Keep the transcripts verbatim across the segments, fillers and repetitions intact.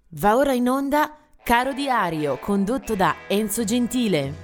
Va ora in onda Caro Diario, condotto da Enzo Gentile.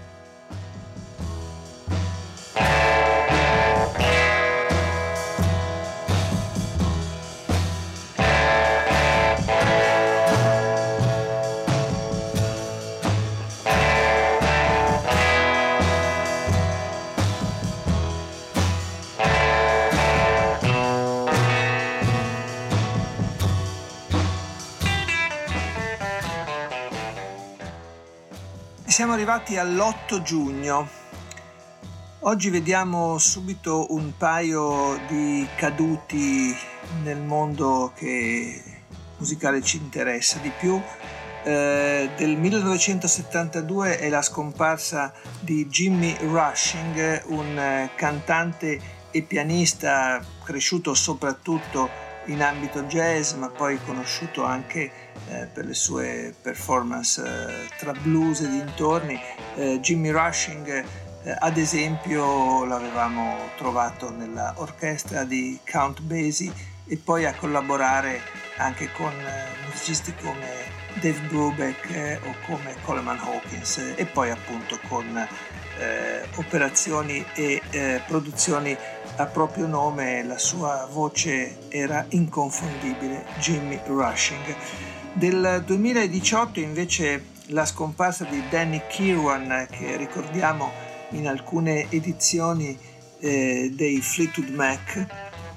Siamo arrivati all'otto giugno. Oggi vediamo subito un paio di caduti nel mondo che musicale ci interessa di più. Eh, del millenovecentosettantadue è la scomparsa di Jimmy Rushing, un cantante e pianista cresciuto soprattutto in ambito jazz, ma poi conosciuto anche eh, per le sue performance eh, tra blues e dintorni. Eh, Jimmy Rushing, eh, ad esempio, l'avevamo trovato nella orchestra di Count Basie e poi a collaborare anche con eh, musicisti come Dave Brubeck eh, o come Coleman Hawkins eh, e poi appunto con eh, operazioni e eh, produzioni a proprio nome. La sua voce era inconfondibile, Jimmy Rushing. Del duemiladiciotto invece la scomparsa di Danny Kirwan, che ricordiamo in alcune edizioni eh, dei Fleetwood Mac.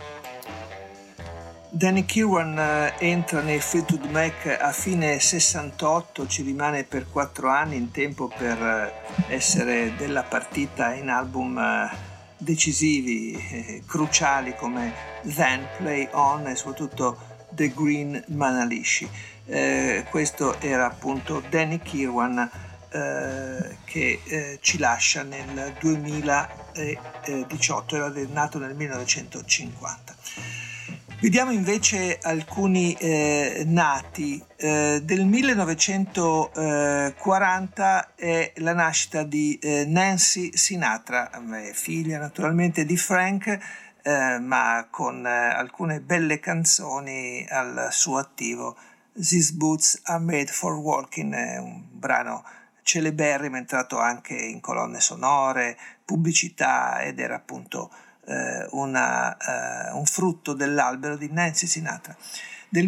Danny Kirwan eh, entra nei Fleetwood Mac a fine sessantotto, ci rimane per quattro anni, in tempo per eh, essere della partita in album eh, decisivi, eh, cruciali come Then, Play On e soprattutto The Green Manalishi. Eh, questo era appunto Danny Kirwan eh, che eh, ci lascia nel duemiladiciotto, era nato nel millenovecentocinquanta. Vediamo invece alcuni eh, nati. Eh, del millenovecentoquaranta è la nascita di eh, Nancy Sinatra, figlia naturalmente di Frank, eh, ma con eh, alcune belle canzoni al suo attivo. These Boots Are Made for Walking è un brano celeberrimo, entrato anche in colonne sonore, pubblicità, ed era appunto Una, uh, un frutto dell'albero di Nancy Sinatra. Del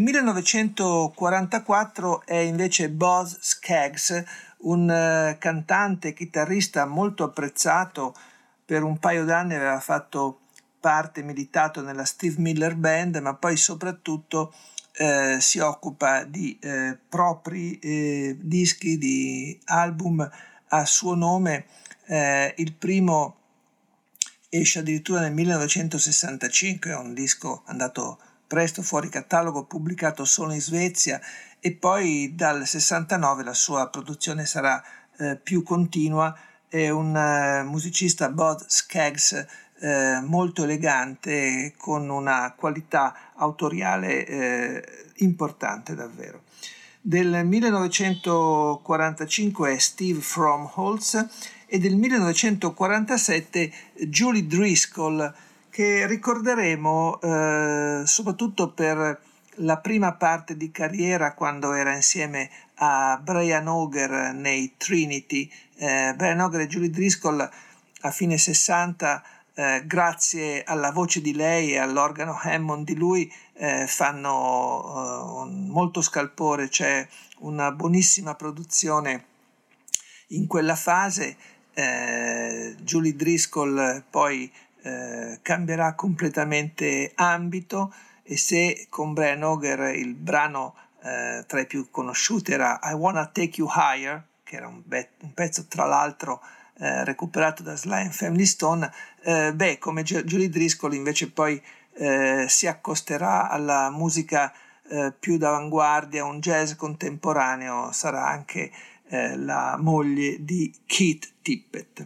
millenovecentoquarantaquattro è invece Boz Scaggs, un uh, cantante e chitarrista molto apprezzato. Per un paio d'anni aveva fatto parte, militato nella Steve Miller Band, ma poi soprattutto uh, si occupa di uh, propri uh, dischi, di album a suo nome. Uh, il primo esce addirittura nel millenovecentosessantacinque, è un disco andato presto fuori catalogo, pubblicato solo in Svezia, e poi dal sessantanove la sua produzione sarà eh, più continua. È un uh, musicista, Boz Scaggs, eh, molto elegante, con una qualità autoriale eh, importante davvero. Del millenovecentoquarantacinque è Steve Fromholz e del millenovecentoquarantasette Julie Driscoll, che ricorderemo eh, soprattutto per la prima parte di carriera, quando era insieme a Brian Auger nei Trinity. Eh, Brian Auger e Julie Driscoll a fine sessanta, eh, grazie alla voce di lei e all'organo Hammond di lui, eh, fanno eh, molto scalpore. C'è una buonissima produzione in quella fase. Eh, Julie Driscoll poi eh, cambierà completamente ambito, e se con Brian Auger il brano eh, tra i più conosciuti era I Wanna Take You Higher, che era un, be- un pezzo tra l'altro eh, recuperato da Sly and Family Stone, eh, beh, come G- Julie Driscoll invece poi eh, si accosterà alla musica eh, più d'avanguardia, un jazz contemporaneo, sarà anche Eh, la moglie di Keith Tippett.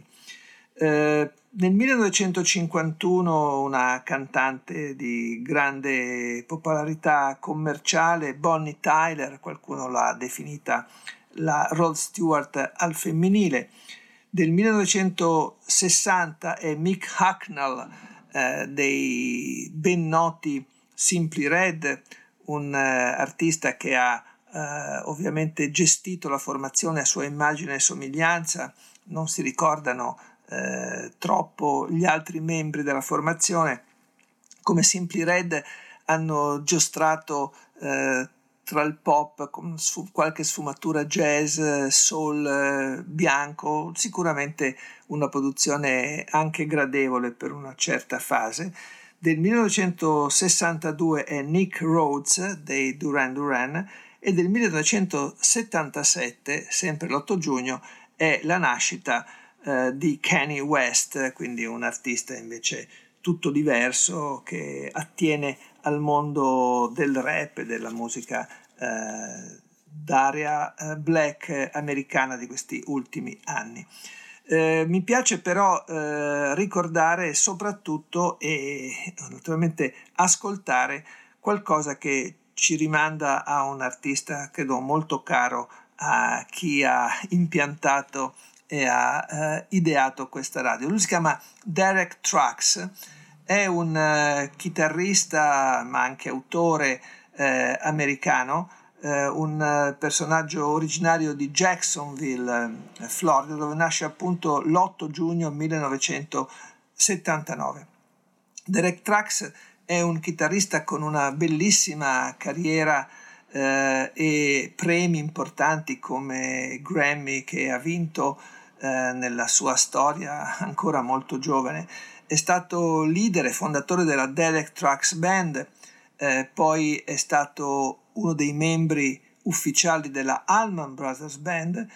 Eh, nel millenovecentocinquantuno una cantante di grande popolarità commerciale, Bonnie Tyler, qualcuno l'ha definita la Rod Stewart al femminile. Del millenovecentosessanta è Mick Hucknall eh, dei ben noti Simply Red, un eh, artista che ha eh, ovviamente gestito la formazione a sua immagine e somiglianza, non si ricordano eh, troppo gli altri membri della formazione. Come Simply Red hanno giostrato eh, tra il pop con sf- qualche sfumatura jazz, soul, eh, bianco, sicuramente una produzione anche gradevole per una certa fase. Del millenovecentosessantadue è Nick Rhodes dei Duran Duran e del millenovecentosettantasette, sempre l'otto giugno, è la nascita eh, di Kanye West, quindi un artista invece tutto diverso che attiene al mondo del rap e della musica eh, d'area eh, black americana di questi ultimi anni. Eh, mi piace però eh, ricordare soprattutto e naturalmente ascoltare qualcosa che ci rimanda a un artista credo molto caro a chi ha impiantato e ha eh, ideato questa radio. Lui si chiama Derek Trucks, è un uh, chitarrista ma anche autore eh, americano, eh, un uh, personaggio originario di Jacksonville, eh, Florida, dove nasce appunto l'otto giugno millenovecentosettantanove. Derek Trucks è un chitarrista con una bellissima carriera eh, e premi importanti come Grammy che ha vinto eh, nella sua storia ancora molto giovane. È stato leader e fondatore della Derek Trucks Band, eh, poi è stato uno dei membri ufficiali della Allman Brothers Band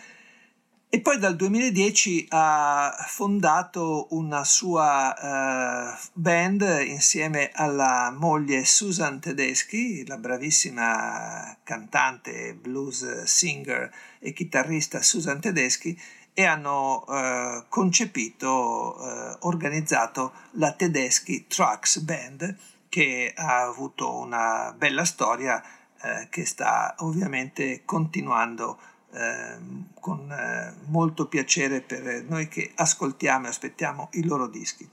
e poi dal duemiladieci ha fondato una sua uh, band insieme alla moglie Susan Tedeschi, la bravissima cantante, blues singer e chitarrista Susan Tedeschi, e hanno uh, concepito, uh, organizzato la Tedeschi Trucks Band, che ha avuto una bella storia uh, che sta ovviamente continuando uh, con uh, molto piacere per noi che ascoltiamo e aspettiamo i loro dischi.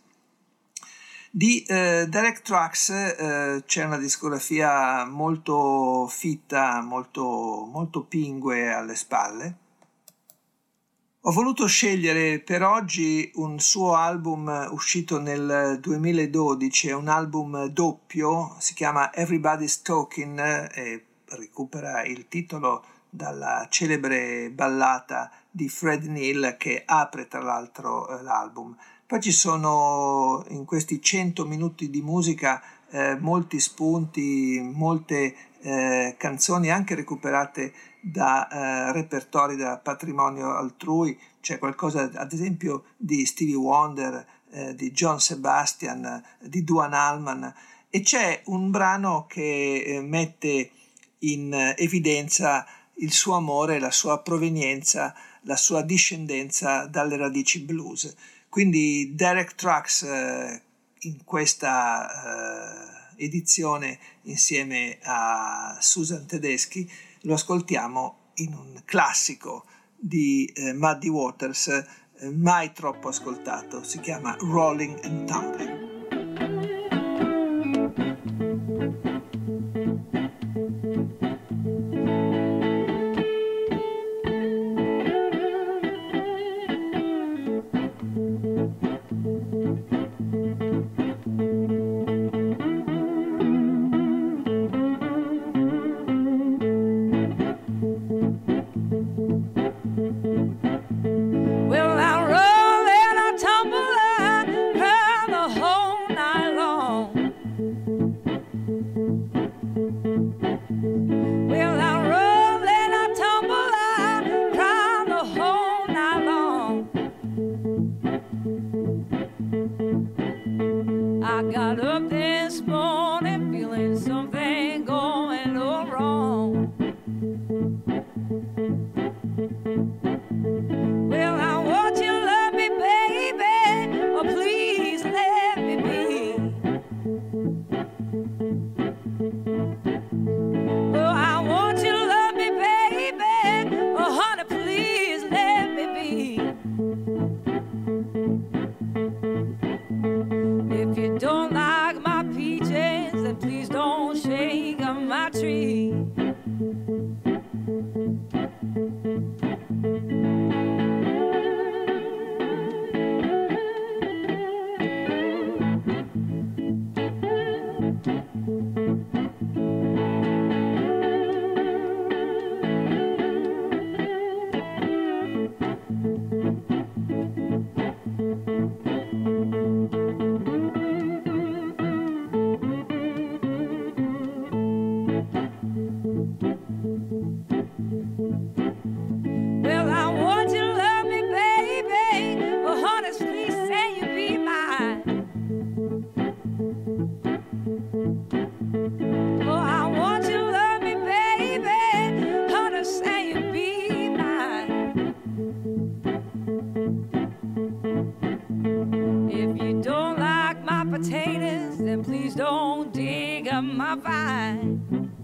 Di uh, Derek Trucks uh, c'è una discografia molto fitta, molto, molto pingue alle spalle. Ho voluto scegliere per oggi un suo album uscito nel duemiladodici, è un album doppio, si chiama Everybody's Talking e recupera il titolo dalla celebre ballata di Fred Neil che apre tra l'altro l'album. Poi ci sono in questi cento minuti di musica eh, molti spunti, molte eh, canzoni anche recuperate da eh, repertori, da patrimonio altrui. C'è qualcosa ad esempio di Stevie Wonder, eh, di John Sebastian, eh, di Duane Allman, e c'è un brano che eh, mette in evidenza il suo amore, la sua provenienza, la sua discendenza dalle radici blues. Quindi Derek Trucks eh, in questa eh, edizione insieme a Susan Tedeschi lo ascoltiamo in un classico di eh, Muddy Waters, eh, mai troppo ascoltato, si chiama Rolling and Tumbling. Well, I roll and I tumble, I cry the whole Well, I want you to love me, baby. Oh, honestly, say you be mine. Oh, I want you to love me, baby. Honestly, say you be mine. If you don't like my potatoes, then please don't dig up my vine.